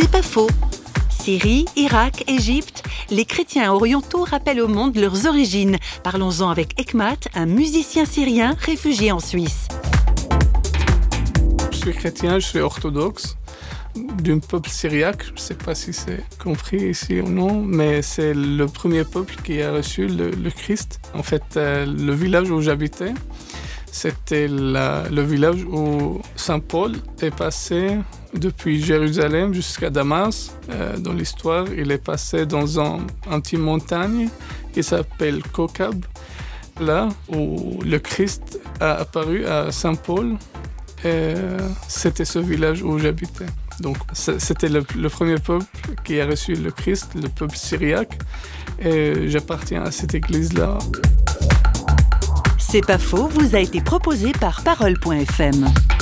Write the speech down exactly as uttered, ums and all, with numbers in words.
C'est pas faux. Syrie, Irak, Égypte, les chrétiens orientaux rappellent au monde leurs origines. Parlons-en avec Hekmat, un musicien syrien réfugié en Suisse. Je suis chrétien, je suis orthodoxe, d'un peuple syriaque. Je ne sais pas si c'est compris ici ou non, mais c'est le premier peuple qui a reçu le, le Christ. En fait, euh, le village où j'habitais, c'était la, le village où Saint Paul est passé depuis Jérusalem jusqu'à Damas. Euh, dans l'histoire, il est passé dans un, une petite montagne qui s'appelle Kokab, là où le Christ a apparu à Saint Paul. Et c'était ce village où j'habitais. Donc c'était le, le premier peuple qui a reçu le Christ, le peuple syriaque. Et j'appartiens à cette église-là. C'est pas faux, vous a été proposé par parole point f m.